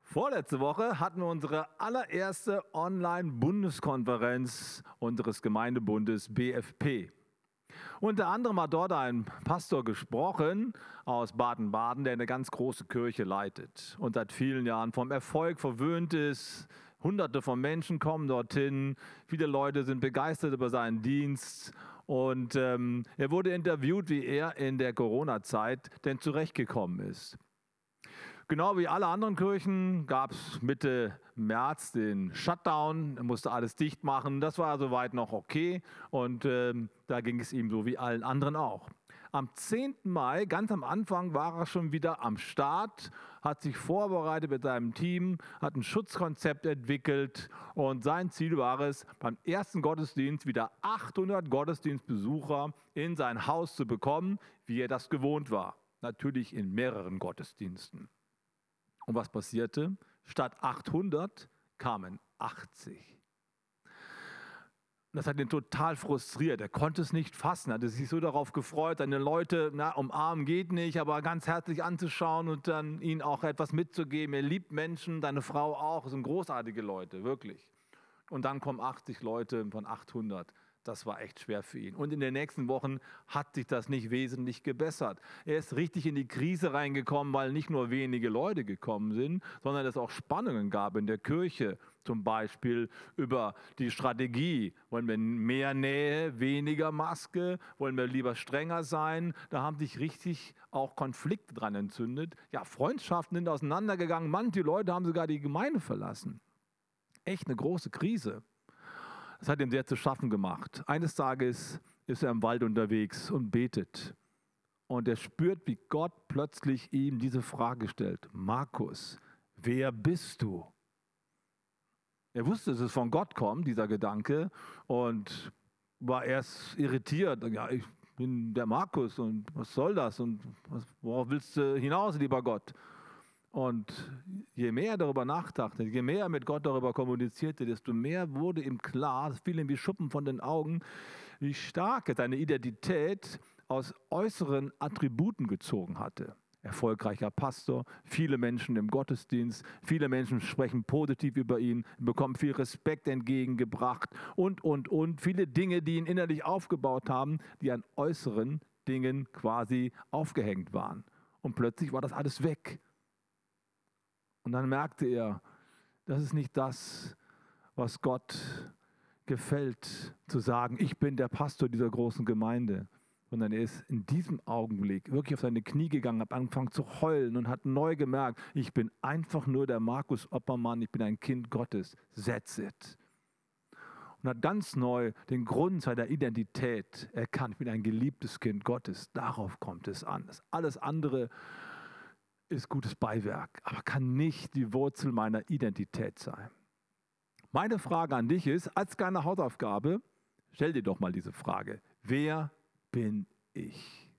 Vorletzte Woche hatten wir unsere allererste Online-Bundeskonferenz unseres Gemeindebundes BFP. Unter anderem hat dort ein Pastor gesprochen aus Baden-Baden, der eine ganz große Kirche leitet und seit vielen Jahren vom Erfolg verwöhnt ist. Hunderte von Menschen kommen dorthin, viele Leute sind begeistert über seinen Dienst und er wurde interviewt, wie er in der Corona-Zeit denn zurechtgekommen ist. Genau wie alle anderen Kirchen gab es Mitte März den Shutdown, er musste alles dicht machen, das war soweit noch okay und da ging es ihm so wie allen anderen auch. Am 10. Mai, ganz am Anfang, war er schon wieder am Start, hat sich vorbereitet mit seinem Team, hat ein Schutzkonzept entwickelt und sein Ziel war es, beim ersten Gottesdienst wieder 800 Gottesdienstbesucher in sein Haus zu bekommen, wie er das gewohnt war. Natürlich in mehreren Gottesdiensten. Und was passierte? Statt 800 kamen 80. Das hat ihn total frustriert. Er konnte es nicht fassen. Er hatte sich so darauf gefreut, seine Leute umarmen geht nicht, aber ganz herzlich anzuschauen und dann ihnen auch etwas mitzugeben. Er liebt Menschen, seine Frau auch. Das sind großartige Leute, wirklich. Und dann kommen 80 Leute von 800. Das war echt schwer für ihn. Und in den nächsten Wochen hat sich das nicht wesentlich gebessert. Er ist richtig in die Krise reingekommen, weil nicht nur wenige Leute gekommen sind, sondern es auch Spannungen gab in der Kirche. Zum Beispiel über die Strategie. Wollen wir mehr Nähe, weniger Maske? Wollen wir lieber strenger sein? Da haben sich richtig auch Konflikte dran entzündet. Ja, Freundschaften sind auseinandergegangen. Manche Leute haben sogar die Gemeinde verlassen. Echt eine große Krise. Das hat ihm sehr zu schaffen gemacht. Eines Tages ist er im Wald unterwegs und betet. Und er spürt, wie Gott plötzlich ihm diese Frage stellt. Markus, wer bist du? Er wusste, dass es von Gott kommt, dieser Gedanke, und war erst irritiert. Ja, ich bin der Markus und was soll das? Und worauf willst du hinaus, lieber Gott? Und je mehr er darüber nachdachte, je mehr er mit Gott darüber kommunizierte, desto mehr wurde ihm klar, es fiel ihm wie Schuppen von den Augen, wie stark er seine Identität aus äußeren Attributen gezogen hatte. Erfolgreicher Pastor, viele Menschen im Gottesdienst, viele Menschen sprechen positiv über ihn, bekommen viel Respekt entgegengebracht und. Viele Dinge, die ihn innerlich aufgebaut haben, die an äußeren Dingen quasi aufgehängt waren. Und plötzlich war das alles weg. Und dann merkte er, das ist nicht das, was Gott gefällt, zu sagen, ich bin der Pastor dieser großen Gemeinde. Sondern er ist in diesem Augenblick wirklich auf seine Knie gegangen, hat angefangen zu heulen und hat neu gemerkt, ich bin einfach nur der Markus Oppermann, ich bin ein Kind Gottes. That's it. Und hat ganz neu den Grund seiner Identität erkannt, ich bin ein geliebtes Kind Gottes. Darauf kommt es an. Das alles andere ist gutes Beiwerk, aber kann nicht die Wurzel meiner Identität sein. Meine Frage an dich ist, als kleine Hausaufgabe, stell dir doch mal diese Frage. Wer bin ich?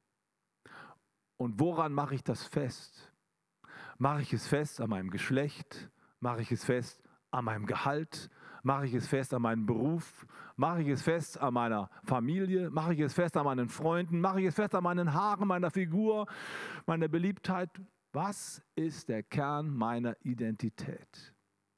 Und woran mache ich das fest? Mache ich es fest an meinem Geschlecht? Mache ich es fest an meinem Gehalt? Mache ich es fest an meinem Beruf? Mache ich es fest an meiner Familie? Mache ich es fest an meinen Freunden? Mache ich es fest an meinen Haaren, meiner Figur, meiner Beliebtheit? Was ist der Kern meiner Identität?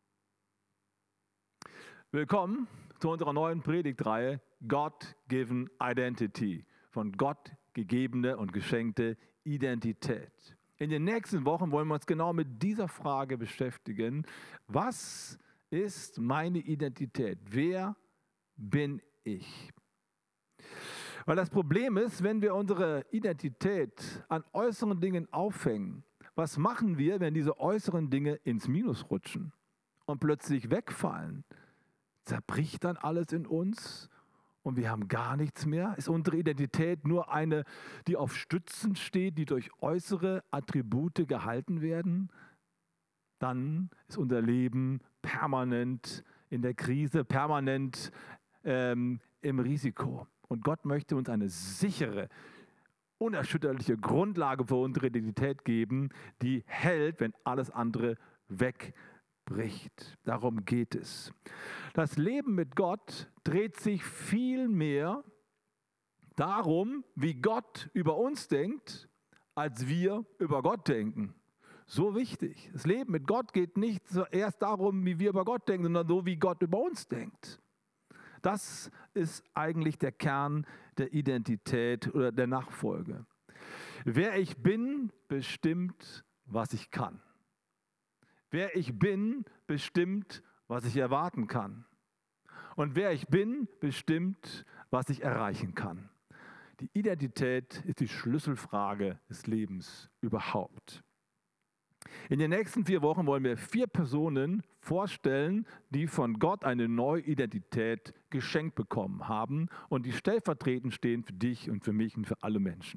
Willkommen zu unserer neuen Predigtreihe God-Given Identity, von Gott gegebene und geschenkte Identität. In den nächsten Wochen wollen wir uns genau mit dieser Frage beschäftigen. Was ist meine Identität? Wer bin ich? Weil das Problem ist, wenn wir unsere Identität an äußeren Dingen aufhängen, was machen wir, wenn diese äußeren Dinge ins Minus rutschen und plötzlich wegfallen? Zerbricht dann alles in uns und wir haben gar nichts mehr? Ist unsere Identität nur eine, die auf Stützen steht, die durch äußere Attribute gehalten werden? Dann ist unser Leben permanent in der Krise, permanent im Risiko. Und Gott möchte uns eine sichere, unerschütterliche Grundlage für unsere Identität geben, die hält, wenn alles andere wegbricht. Darum geht es. Das Leben mit Gott dreht sich viel mehr darum, wie Gott über uns denkt, als wir über Gott denken. So wichtig. Das Leben mit Gott geht nicht erst darum, wie wir über Gott denken, sondern so, wie Gott über uns denkt. Das ist eigentlich der Kern der Identität oder der Nachfolge. Wer ich bin, bestimmt, was ich kann. Wer ich bin, bestimmt, was ich erwarten kann. Und wer ich bin, bestimmt, was ich erreichen kann. Die Identität ist die Schlüsselfrage des Lebens überhaupt. In den nächsten 4 Wochen wollen wir 4 Personen vorstellen, die von Gott eine neue Identität geschenkt bekommen haben und die stellvertretend stehen für dich und für mich und für alle Menschen.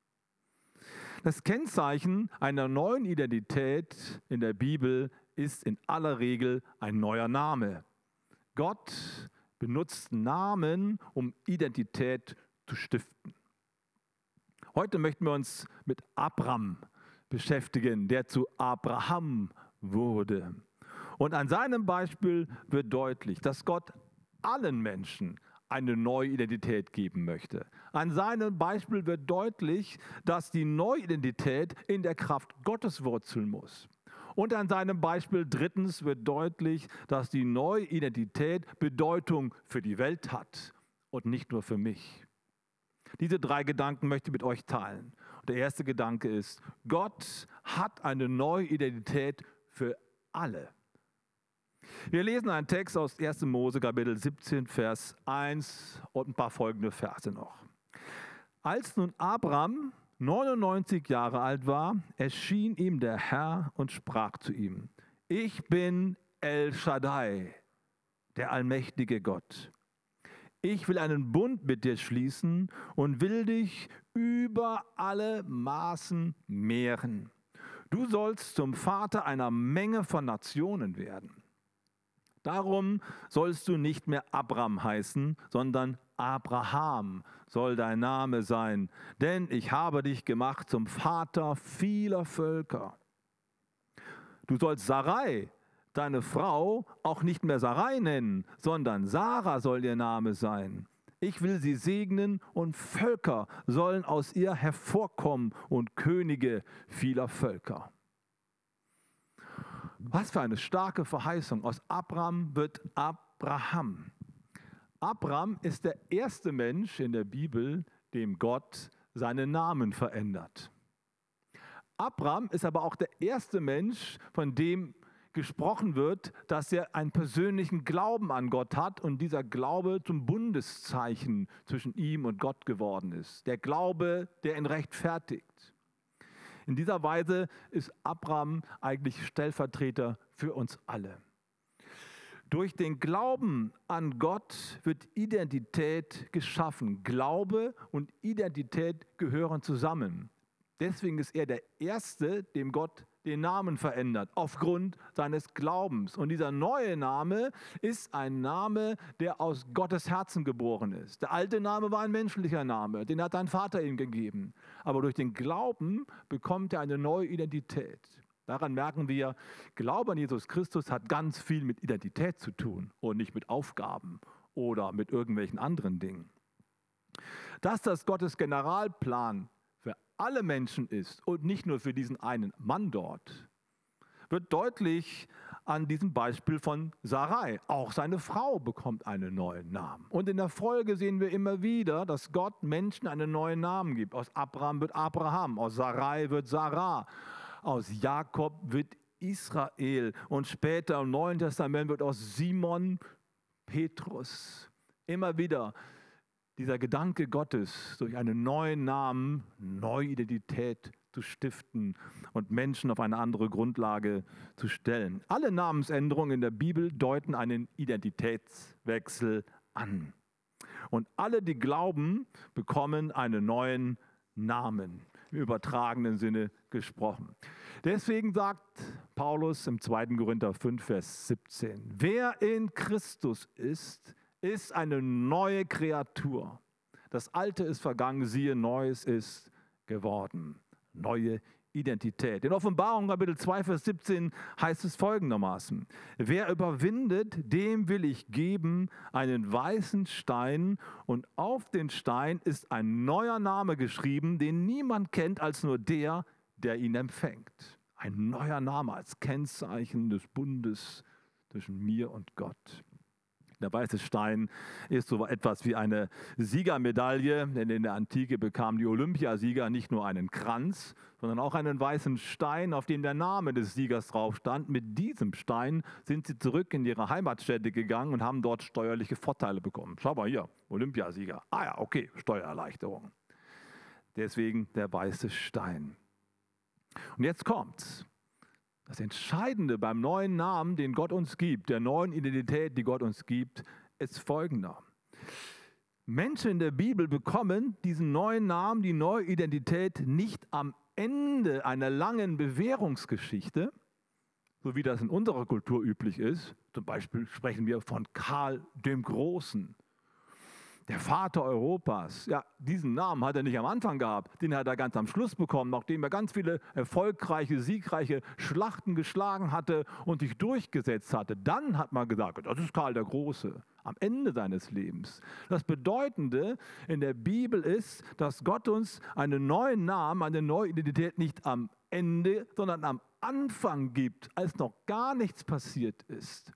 Das Kennzeichen einer neuen Identität in der Bibel ist in aller Regel ein neuer Name. Gott benutzt Namen, um Identität zu stiften. Heute möchten wir uns mit Abram beschäftigen, der zu Abraham wurde. Und an seinem Beispiel wird deutlich, dass Gott allen Menschen eine neue Identität geben möchte. An seinem Beispiel wird deutlich, dass die neue Identität in der Kraft Gottes wurzeln muss. Und an seinem Beispiel drittens wird deutlich, dass die neue Identität Bedeutung für die Welt hat und nicht nur für mich. Diese 3 Gedanken möchte ich mit euch teilen. Und der erste Gedanke ist, Gott hat eine neue Identität für alle. Wir lesen einen Text aus 1. Mose, Kapitel 17, Vers 1 und ein paar folgende Verse noch. Als nun Abram 99 Jahre alt war, erschien ihm der Herr und sprach zu ihm: Ich bin El Shaddai, der allmächtige Gott. Ich will einen Bund mit dir schließen und will dich über alle Maßen mehren. Du sollst zum Vater einer Menge von Nationen werden. Darum sollst du nicht mehr Abram heißen, sondern Abraham soll dein Name sein, denn ich habe dich gemacht zum Vater vieler Völker. Du sollst Sarai, deine Frau, auch nicht mehr Sarai nennen, sondern Sarah soll ihr Name sein. Ich will sie segnen und Völker sollen aus ihr hervorkommen und Könige vieler Völker. Was für eine starke Verheißung. Aus Abram wird Abraham. Abram ist der erste Mensch in der Bibel, dem Gott seinen Namen verändert. Abram ist aber auch der erste Mensch, von dem gesprochen wird, dass er einen persönlichen Glauben an Gott hat und dieser Glaube zum Bundeszeichen zwischen ihm und Gott geworden ist. Der Glaube, der ihn rechtfertigt. In dieser Weise ist Abram eigentlich Stellvertreter für uns alle. Durch den Glauben an Gott wird Identität geschaffen. Glaube und Identität gehören zusammen. Deswegen ist er der Erste, dem Gott den Namen verändert, aufgrund seines Glaubens. Und dieser neue Name ist ein Name, der aus Gottes Herzen geboren ist. Der alte Name war ein menschlicher Name, den hat dein Vater ihm gegeben. Aber durch den Glauben bekommt er eine neue Identität. Daran merken wir, Glaube an Jesus Christus hat ganz viel mit Identität zu tun und nicht mit Aufgaben oder mit irgendwelchen anderen Dingen. Dass das Gottes Generalplan für alle Menschen ist und nicht nur für diesen einen Mann dort, wird deutlich an diesem Beispiel von Sarai. Auch seine Frau bekommt einen neuen Namen. Und in der Folge sehen wir immer wieder, dass Gott Menschen einen neuen Namen gibt. Aus Abram wird Abraham, aus Sarai wird Sarah, aus Jakob wird Israel und später im Neuen Testament wird aus Simon Petrus. Immer wieder dieser Gedanke Gottes, durch einen neuen Namen neue Identität zu stiften und Menschen auf eine andere Grundlage zu stellen. Alle Namensänderungen in der Bibel deuten einen Identitätswechsel an. Und alle, die glauben, bekommen einen neuen Namen, im übertragenen Sinne gesprochen. Deswegen sagt Paulus im 2. Korinther 5, Vers 17, wer in Christus ist, ist eine neue Kreatur. Das Alte ist vergangen, siehe, Neues ist geworden. Neue Identität. In Offenbarung Kapitel 2, Vers 17 heißt es folgendermaßen: Wer überwindet, dem will ich geben einen weißen Stein und auf den Stein ist ein neuer Name geschrieben, den niemand kennt als nur der, der ihn empfängt. Ein neuer Name als Kennzeichen des Bundes zwischen mir und Gott. Der weiße Stein ist so etwas wie eine Siegermedaille, denn in der Antike bekamen die Olympiasieger nicht nur einen Kranz, sondern auch einen weißen Stein, auf dem der Name des Siegers drauf stand. Mit diesem Stein sind sie zurück in ihre Heimatstätte gegangen und haben dort steuerliche Vorteile bekommen. Schau mal hier, Olympiasieger. Ah ja, okay, Steuererleichterung. Deswegen der weiße Stein. Und jetzt kommt's. Das Entscheidende beim neuen Namen, den Gott uns gibt, der neuen Identität, die Gott uns gibt, ist folgender. Menschen in der Bibel bekommen diesen neuen Namen, die neue Identität nicht am Ende einer langen Bewährungsgeschichte, so wie das in unserer Kultur üblich ist. Zum Beispiel sprechen wir von Karl dem Großen, der Vater Europas. Ja, diesen Namen hat er nicht am Anfang gehabt, den hat er ganz am Schluss bekommen, nachdem er ganz viele erfolgreiche, siegreiche Schlachten geschlagen hatte und sich durchgesetzt hatte. Dann hat man gesagt, das ist Karl der Große, am Ende seines Lebens. Das Bedeutende in der Bibel ist, dass Gott uns einen neuen Namen, eine neue Identität nicht am Ende, sondern am Anfang gibt, als noch gar nichts passiert ist.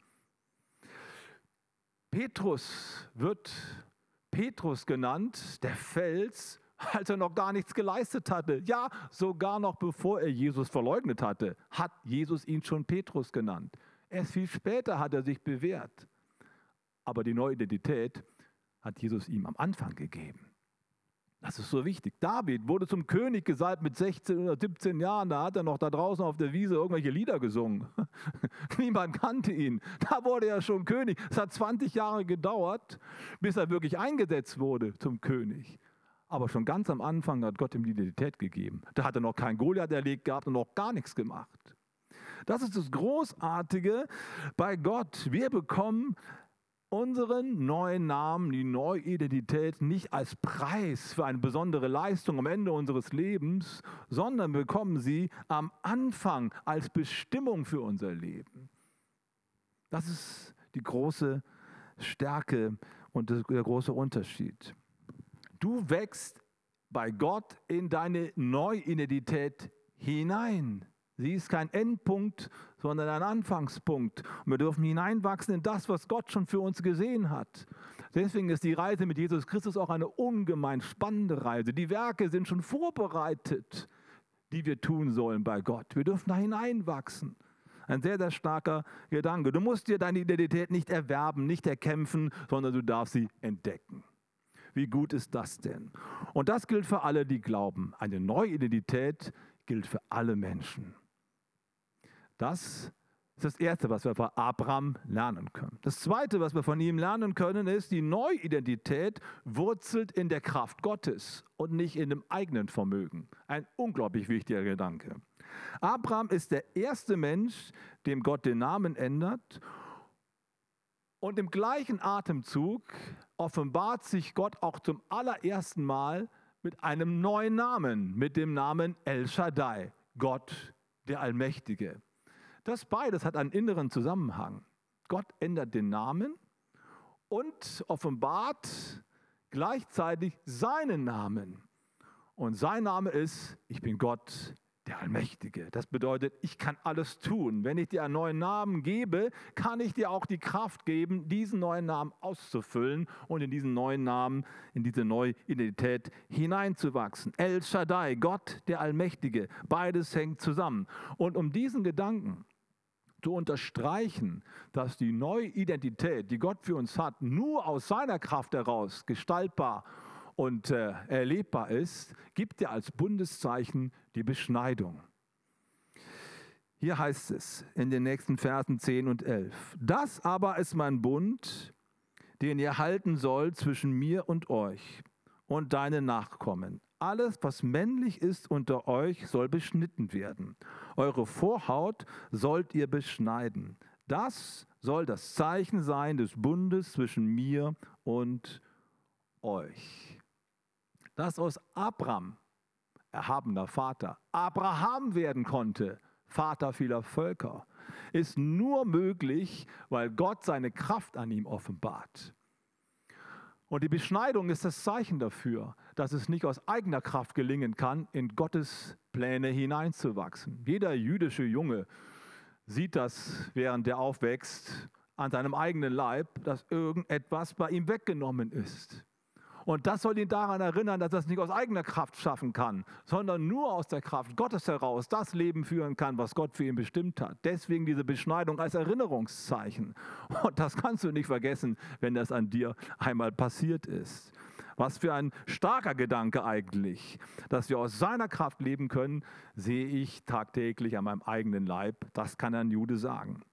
Petrus wird Petrus genannt, der Fels, als er noch gar nichts geleistet hatte. Ja, sogar noch bevor er Jesus verleugnet hatte, hat Jesus ihn schon Petrus genannt. Erst viel später hat er sich bewährt. Aber die neue Identität hat Jesus ihm am Anfang gegeben. Das ist so wichtig. David wurde zum König gesalbt mit 16 oder 17 Jahren. Da hat er noch da draußen auf der Wiese irgendwelche Lieder gesungen. Niemand kannte ihn. Da wurde er schon König. Es hat 20 Jahre gedauert, bis er wirklich eingesetzt wurde zum König. Aber schon ganz am Anfang hat Gott ihm die Identität gegeben. Da hat er noch keinen Goliath erlegt gehabt und noch gar nichts gemacht. Das ist das Großartige bei Gott. Wir bekommen unseren neuen Namen, die neue Identität nicht als Preis für eine besondere Leistung am Ende unseres Lebens, sondern bekommen sie am Anfang als Bestimmung für unser Leben. Das ist die große Stärke und der große Unterschied. Du wächst bei Gott in deine neue Identität hinein. Sie ist kein Endpunkt, sondern ein Anfangspunkt. Und wir dürfen hineinwachsen in das, was Gott schon für uns gesehen hat. Deswegen ist die Reise mit Jesus Christus auch eine ungemein spannende Reise. Die Werke sind schon vorbereitet, die wir tun sollen bei Gott. Wir dürfen da hineinwachsen. Ein sehr, sehr starker Gedanke. Du musst dir deine Identität nicht erwerben, nicht erkämpfen, sondern du darfst sie entdecken. Wie gut ist das denn? Und das gilt für alle, die glauben. Eine neue Identität gilt für alle Menschen. Das ist das Erste, was wir von Abraham lernen können. Das Zweite, was wir von ihm lernen können, ist, die Neuidentität wurzelt in der Kraft Gottes und nicht in dem eigenen Vermögen. Ein unglaublich wichtiger Gedanke. Abraham ist der erste Mensch, dem Gott den Namen ändert. Und im gleichen Atemzug offenbart sich Gott auch zum allerersten Mal mit einem neuen Namen, mit dem Namen El Shaddai, Gott der Allmächtige. Das beides hat einen inneren Zusammenhang. Gott ändert den Namen und offenbart gleichzeitig seinen Namen. Und sein Name ist, ich bin Gott, der Allmächtige. Das bedeutet, ich kann alles tun. Wenn ich dir einen neuen Namen gebe, kann ich dir auch die Kraft geben, diesen neuen Namen auszufüllen und in diesen neuen Namen, in diese neue Identität hineinzuwachsen. El Shaddai, Gott, der Allmächtige. Beides hängt zusammen. Und um diesen Gedanken zu unterstreichen, dass die neue Identität, die Gott für uns hat, nur aus seiner Kraft heraus gestaltbar und erlebbar ist, gibt er als Bundeszeichen die Beschneidung. Hier heißt es in den nächsten Versen 10 und 11. Das aber ist mein Bund, den ihr halten sollt zwischen mir und euch und deinen Nachkommen. Alles, was männlich ist unter euch, soll beschnitten werden. Eure Vorhaut sollt ihr beschneiden. Das soll das Zeichen sein des Bundes zwischen mir und euch. Dass aus Abraham, erhabener Vater, Abraham werden konnte, Vater vieler Völker, ist nur möglich, weil Gott seine Kraft an ihm offenbart. Und die Beschneidung ist das Zeichen dafür, dass es nicht aus eigener Kraft gelingen kann, in Gottes Pläne hineinzuwachsen. Jeder jüdische Junge sieht das, während er aufwächst, an seinem eigenen Leib, dass irgendetwas bei ihm weggenommen ist. Und das soll ihn daran erinnern, dass er es nicht aus eigener Kraft schaffen kann, sondern nur aus der Kraft Gottes heraus das Leben führen kann, was Gott für ihn bestimmt hat. Deswegen diese Beschneidung als Erinnerungszeichen. Und das kannst du nicht vergessen, wenn das an dir einmal passiert ist. Was für ein starker Gedanke eigentlich, dass wir aus seiner Kraft leben können, sehe ich tagtäglich an meinem eigenen Leib. Das kann ein Jude sagen.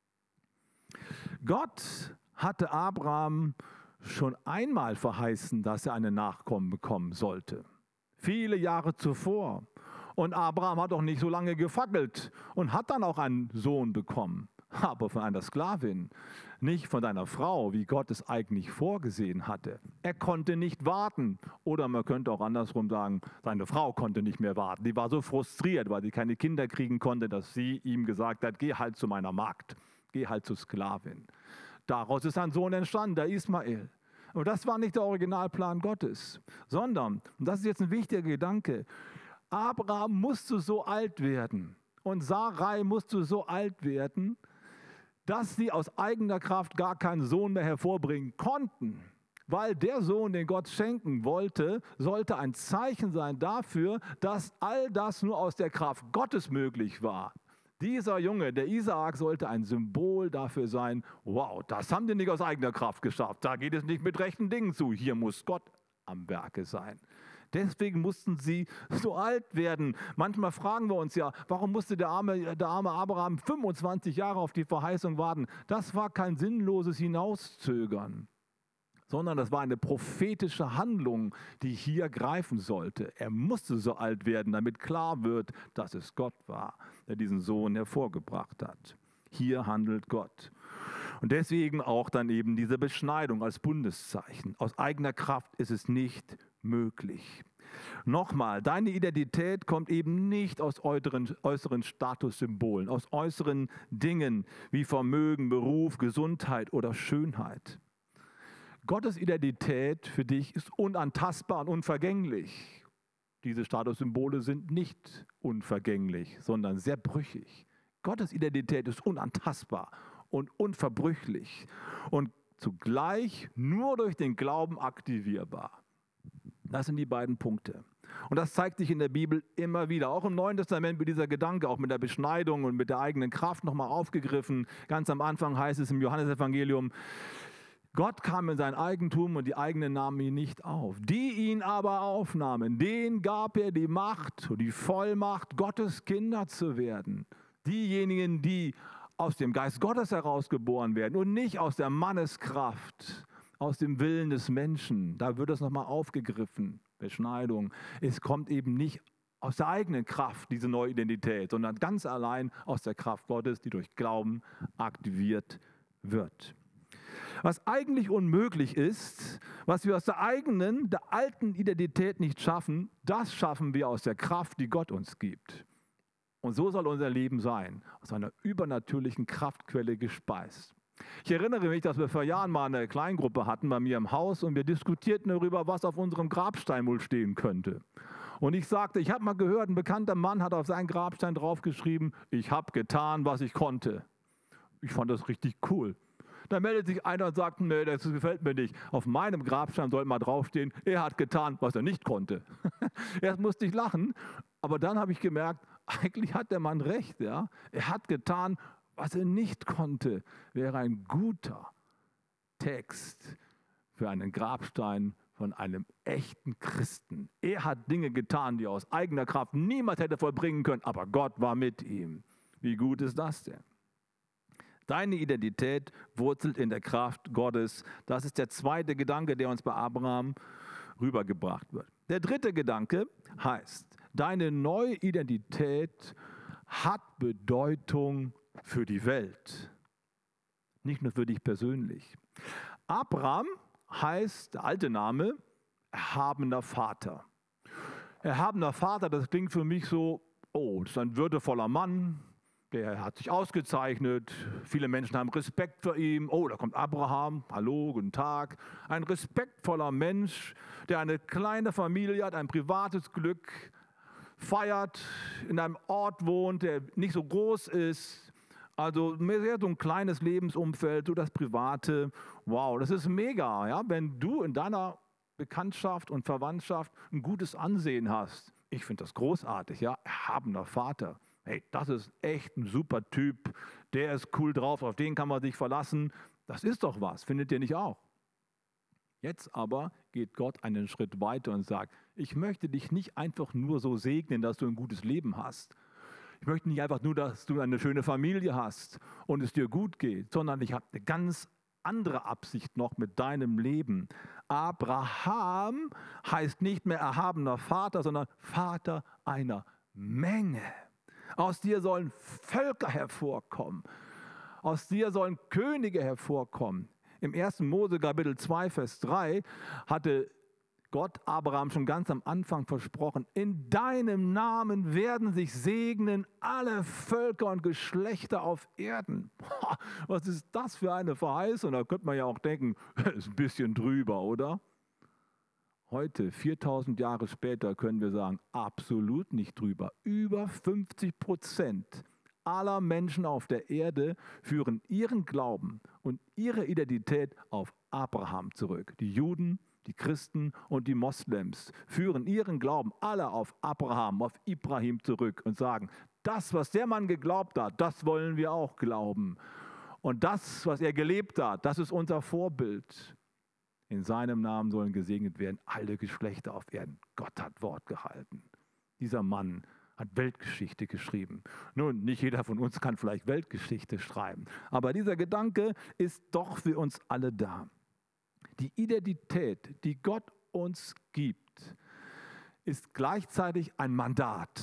Gott hatte Abraham schon einmal verheißen, dass er einen Nachkommen bekommen sollte. Viele Jahre zuvor. Und Abraham hat auch nicht so lange gefackelt und hat dann auch einen Sohn bekommen. Aber von einer Sklavin, nicht von deiner Frau, wie Gott es eigentlich vorgesehen hatte. Er konnte nicht warten. Oder man könnte auch andersrum sagen, seine Frau konnte nicht mehr warten. Die war so frustriert, weil sie keine Kinder kriegen konnte, dass sie ihm gesagt hat, geh halt zu meiner Magd, geh halt zur Sklavin. Daraus ist ein Sohn entstanden, der Ismael. Und das war nicht der Originalplan Gottes, sondern, und das ist jetzt ein wichtiger Gedanke, Abraham musste so alt werden und Sarai musste so alt werden, dass sie aus eigener Kraft gar keinen Sohn mehr hervorbringen konnten. Weil der Sohn, den Gott schenken wollte, sollte ein Zeichen sein dafür, dass all das nur aus der Kraft Gottes möglich war. Dieser Junge, der Isaak, sollte ein Symbol dafür sein, wow, das haben die nicht aus eigener Kraft geschafft, da geht es nicht mit rechten Dingen zu, hier muss Gott am Werke sein. Deswegen mussten sie so alt werden. Manchmal fragen wir uns ja, warum musste der arme Abraham 25 Jahre auf die Verheißung warten? Das war kein sinnloses Hinauszögern, sondern das war eine prophetische Handlung, die hier greifen sollte. Er musste so alt werden, damit klar wird, dass es Gott war, der diesen Sohn hervorgebracht hat. Hier handelt Gott. Und deswegen auch dann eben diese Beschneidung als Bundeszeichen. Aus eigener Kraft ist es nicht möglich. Nochmal, deine Identität kommt eben nicht aus äußeren Statussymbolen, aus äußeren Dingen wie Vermögen, Beruf, Gesundheit oder Schönheit. Gottes Identität für dich ist unantastbar und unvergänglich. Diese Statussymbole sind nicht unvergänglich, sondern sehr brüchig. Gottes Identität ist unantastbar und unverbrüchlich und zugleich nur durch den Glauben aktivierbar. Das sind die beiden Punkte. Und das zeigt sich in der Bibel immer wieder. Auch im Neuen Testament wird dieser Gedanke auch mit der Beschneidung und mit der eigenen Kraft nochmal aufgegriffen. Ganz am Anfang heißt es im Johannesevangelium, Gott kam in sein Eigentum und die eigenen nahmen ihn nicht auf. Die ihn aber aufnahmen, denen gab er die Macht und die Vollmacht, Gottes Kinder zu werden. Diejenigen, die aus dem Geist Gottes herausgeboren werden und nicht aus der Manneskraft, aus dem Willen des Menschen. Da wird es nochmal aufgegriffen, Beschneidung. Es kommt eben nicht aus der eigenen Kraft, diese neue Identität, sondern ganz allein aus der Kraft Gottes, die durch Glauben aktiviert wird. Was eigentlich unmöglich ist, was wir aus der alten Identität nicht schaffen, das schaffen wir aus der Kraft, die Gott uns gibt. Und so soll unser Leben sein, aus einer übernatürlichen Kraftquelle gespeist. Ich erinnere mich, dass wir vor Jahren mal eine Kleingruppe hatten bei mir im Haus und wir diskutierten darüber, was auf unserem Grabstein wohl stehen könnte. Und ich sagte, ich habe mal gehört, ein bekannter Mann hat auf seinen Grabstein draufgeschrieben, ich habe getan, was ich konnte. Ich fand das richtig cool. Da meldet sich einer und sagt, nee, das gefällt mir nicht. Auf meinem Grabstein soll mal draufstehen, er hat getan, was er nicht konnte. Erst musste ich lachen, aber dann habe ich gemerkt, eigentlich hat der Mann recht. Ja? Er hat getan, was er nicht konnte. Wäre ein guter Text für einen Grabstein von einem echten Christen. Er hat Dinge getan, die er aus eigener Kraft niemand hätte vollbringen können, aber Gott war mit ihm. Wie gut ist das denn? Deine Identität wurzelt in der Kraft Gottes. Das ist der zweite Gedanke, der uns bei Abraham rübergebracht wird. Der dritte Gedanke heißt, deine neue Identität hat Bedeutung für die Welt, nicht nur für dich persönlich. Abraham heißt, der alte Name, erhabener Vater. Erhabener Vater, das klingt für mich so, oh, das ist ein würdevoller Mann, der hat sich ausgezeichnet. Viele Menschen haben Respekt vor ihm. Oh, da kommt Abraham. Hallo, guten Tag. Ein respektvoller Mensch, der eine kleine Familie hat, ein privates Glück, feiert, in einem Ort wohnt, der nicht so groß ist. Also mehr so ein kleines Lebensumfeld, so das Private. Wow, das ist mega, ja? Wenn du in deiner Bekanntschaft und Verwandtschaft ein gutes Ansehen hast. Ich finde das großartig, ja? Erhabener Vater. Hey, das ist echt ein super Typ. Der ist cool drauf, auf den kann man sich verlassen. Das ist doch was, findet ihr nicht auch? Jetzt aber geht Gott einen Schritt weiter und sagt, ich möchte dich nicht einfach nur so segnen, dass du ein gutes Leben hast. Ich möchte nicht einfach nur, dass du eine schöne Familie hast und es dir gut geht, sondern ich habe eine ganz andere Absicht noch mit deinem Leben. Abraham heißt nicht mehr erhabener Vater, sondern Vater einer Menge. Aus dir sollen Völker hervorkommen. Aus dir sollen Könige hervorkommen. Im 1. Mose Kapitel 2, Vers 3 hatte Gott Abraham schon ganz am Anfang versprochen, in deinem Namen werden sich segnen alle Völker und Geschlechter auf Erden. Boah, was ist das für eine Verheißung? Da könnte man ja auch denken, ist ein bisschen drüber, oder? Heute, 4000 Jahre später, können wir sagen, absolut nicht drüber. Über 50% aller Menschen auf der Erde führen ihren Glauben und ihre Identität auf Abraham zurück. Die Juden, die Christen und die Moslems führen ihren Glauben alle auf Abraham, auf Ibrahim zurück und sagen, das, was der Mann geglaubt hat, das wollen wir auch glauben. Und das, was er gelebt hat, das ist unser Vorbild. In seinem Namen sollen gesegnet werden alle Geschlechter auf Erden. Gott hat Wort gehalten. Dieser Mann hat Weltgeschichte geschrieben. Nun, nicht jeder von uns kann vielleicht Weltgeschichte schreiben, aber dieser Gedanke ist doch für uns alle da. Die Identität, die Gott uns gibt, ist gleichzeitig ein Mandat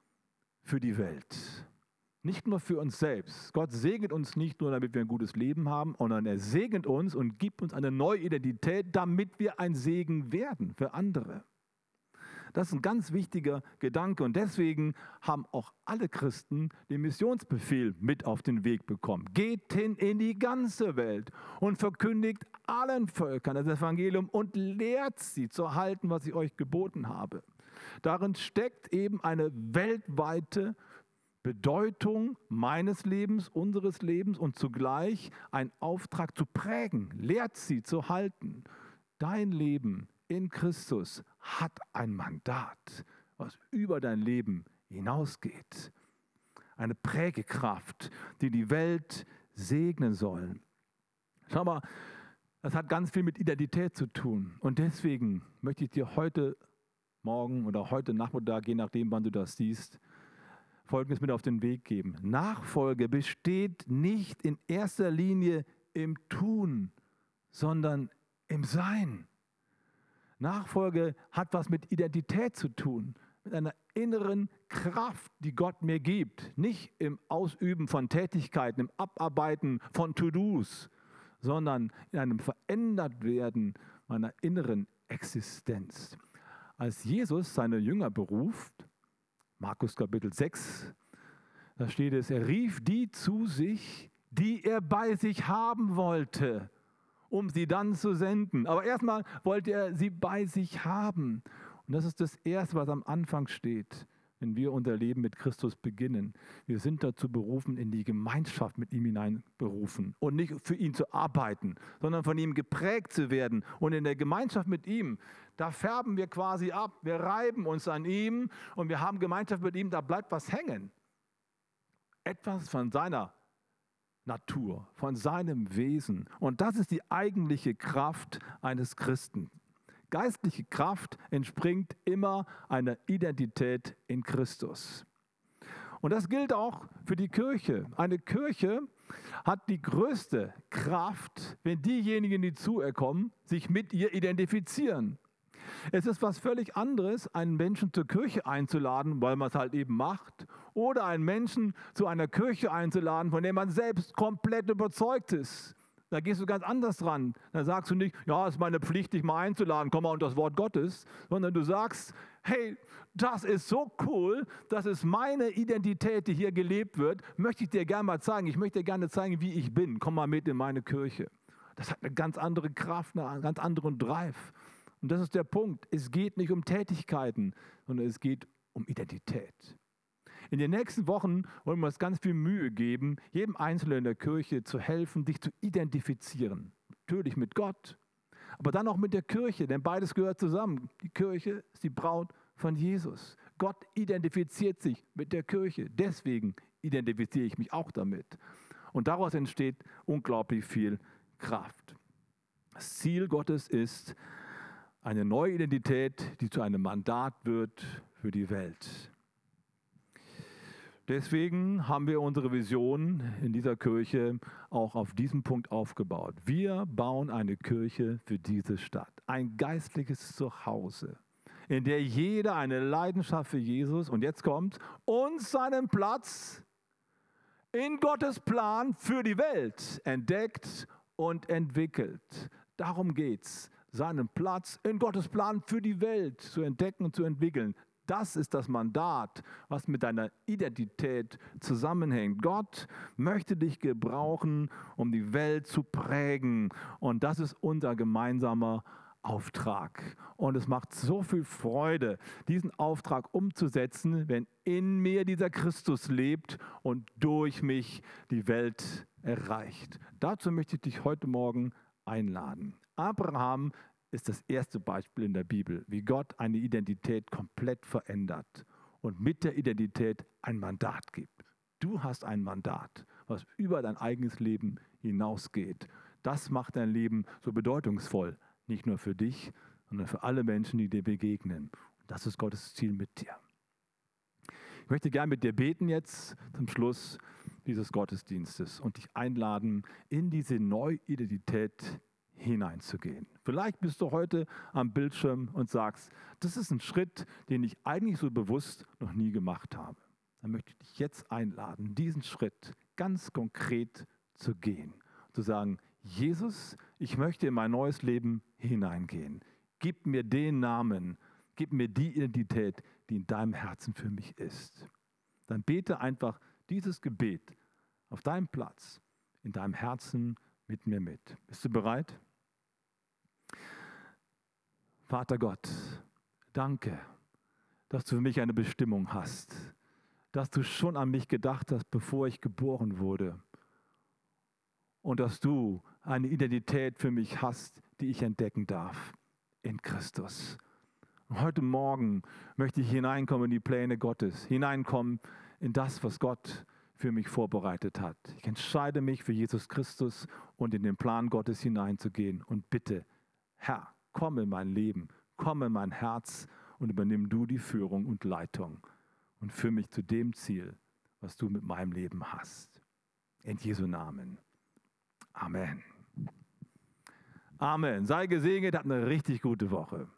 für die Welt. Nicht nur für uns selbst. Gott segnet uns nicht nur, damit wir ein gutes Leben haben, sondern er segnet uns und gibt uns eine neue Identität, damit wir ein Segen werden für andere. Das ist ein ganz wichtiger Gedanke und deswegen haben auch alle Christen den Missionsbefehl mit auf den Weg bekommen. Geht hin in die ganze Welt und verkündigt allen Völkern das Evangelium und lehrt sie zu halten, was ich euch geboten habe. Darin steckt eben eine weltweite Bedeutung meines Lebens, unseres Lebens und zugleich ein Auftrag zu prägen, lehrt sie zu halten. Dein Leben in Christus hat ein Mandat, was über dein Leben hinausgeht. Eine Prägekraft, die die Welt segnen soll. Schau mal, das hat ganz viel mit Identität zu tun. Und deswegen möchte ich dir heute Morgen oder heute Nachmittag, je nachdem, wann du das siehst, Folgendes mit auf den Weg geben. Nachfolge besteht nicht in erster Linie im Tun, sondern im Sein. Nachfolge hat was mit Identität zu tun, mit einer inneren Kraft, die Gott mir gibt. Nicht im Ausüben von Tätigkeiten, im Abarbeiten von To-Dos, sondern in einem Verändertwerden meiner inneren Existenz. Als Jesus seine Jünger beruft, Markus Kapitel 6, da steht es, er rief die zu sich, die er bei sich haben wollte, um sie dann zu senden. Aber erstmal wollte er sie bei sich haben. Und das ist das Erste, was am Anfang steht, wenn wir unser Leben mit Christus beginnen. Wir sind dazu berufen, in die Gemeinschaft mit ihm hinein berufen und nicht für ihn zu arbeiten, sondern von ihm geprägt zu werden. Und in der Gemeinschaft mit ihm, da färben wir quasi ab, wir reiben uns an ihm und wir haben Gemeinschaft mit ihm, da bleibt was hängen. Etwas von seiner Natur, von seinem Wesen. Und das ist die eigentliche Kraft eines Christen. Geistliche Kraft entspringt immer einer Identität in Christus. Und das gilt auch für die Kirche. Eine Kirche hat die größte Kraft, wenn diejenigen, die zu ihr kommen, sich mit ihr identifizieren. Es ist was völlig anderes, einen Menschen zur Kirche einzuladen, weil man es halt eben macht, oder einen Menschen zu einer Kirche einzuladen, von der man selbst komplett überzeugt ist. Da gehst du ganz anders dran. Da sagst du nicht, ja, es ist meine Pflicht, dich mal einzuladen, komm mal unter das Wort Gottes, sondern du sagst, hey, das ist so cool, das ist meine Identität, die hier gelebt wird, möchte ich dir gerne mal zeigen. Ich möchte dir gerne zeigen, wie ich bin. Komm mal mit in meine Kirche. Das hat eine ganz andere Kraft, einen ganz anderen Drive. Und das ist der Punkt. Es geht nicht um Tätigkeiten, sondern es geht um Identität. In den nächsten Wochen wollen wir uns ganz viel Mühe geben, jedem Einzelnen in der Kirche zu helfen, dich zu identifizieren. Natürlich mit Gott, aber dann auch mit der Kirche, denn beides gehört zusammen. Die Kirche ist die Braut von Jesus. Gott identifiziert sich mit der Kirche. Deswegen identifiziere ich mich auch damit. Und daraus entsteht unglaublich viel Kraft. Das Ziel Gottes ist eine neue Identität, die zu einem Mandat wird für die Welt. Deswegen haben wir unsere Vision in dieser Kirche auch auf diesen Punkt aufgebaut. Wir bauen eine Kirche für diese Stadt, ein geistliches Zuhause, in der jeder eine Leidenschaft für Jesus, und jetzt kommt, und seinen Platz in Gottes Plan für die Welt entdeckt und entwickelt. Darum geht es, seinen Platz in Gottes Plan für die Welt zu entdecken und zu entwickeln. Das ist das Mandat, was mit deiner Identität zusammenhängt. Gott möchte dich gebrauchen, um die Welt zu prägen. Und das ist unser gemeinsamer Auftrag. Und es macht so viel Freude, diesen Auftrag umzusetzen, wenn in mir dieser Christus lebt und durch mich die Welt erreicht. Dazu möchte ich dich heute Morgen einladen. Abraham ist das erste Beispiel in der Bibel, wie Gott eine Identität komplett verändert und mit der Identität ein Mandat gibt. Du hast ein Mandat, was über dein eigenes Leben hinausgeht. Das macht dein Leben so bedeutungsvoll, nicht nur für dich, sondern für alle Menschen, die dir begegnen. Und das ist Gottes Ziel mit dir. Ich möchte gerne mit dir beten jetzt zum Schluss dieses Gottesdienstes und dich einladen, in diese neue Identität hineinzugehen. Vielleicht bist du heute am Bildschirm und sagst, das ist ein Schritt, den ich eigentlich so bewusst noch nie gemacht habe. Dann möchte ich dich jetzt einladen, diesen Schritt ganz konkret zu gehen. Zu sagen, Jesus, ich möchte in mein neues Leben hineingehen. Gib mir den Namen, gib mir die Identität, die in deinem Herzen für mich ist. Dann bete einfach dieses Gebet auf deinem Platz, in deinem Herzen mit mir mit. Bist du bereit? Vater Gott, danke, dass du für mich eine Bestimmung hast, dass du schon an mich gedacht hast, bevor ich geboren wurde und dass du eine Identität für mich hast, die ich entdecken darf in Christus. Und heute Morgen möchte ich hineinkommen in die Pläne Gottes, hineinkommen in das, was Gott für mich vorbereitet hat. Ich entscheide mich für Jesus Christus und in den Plan Gottes hineinzugehen und bitte, Herr, komm in mein Leben, komm in mein Herz und übernimm du die Führung und Leitung und führe mich zu dem Ziel, was du mit meinem Leben hast. In Jesu Namen. Amen. Amen. Sei gesegnet, habt eine richtig gute Woche.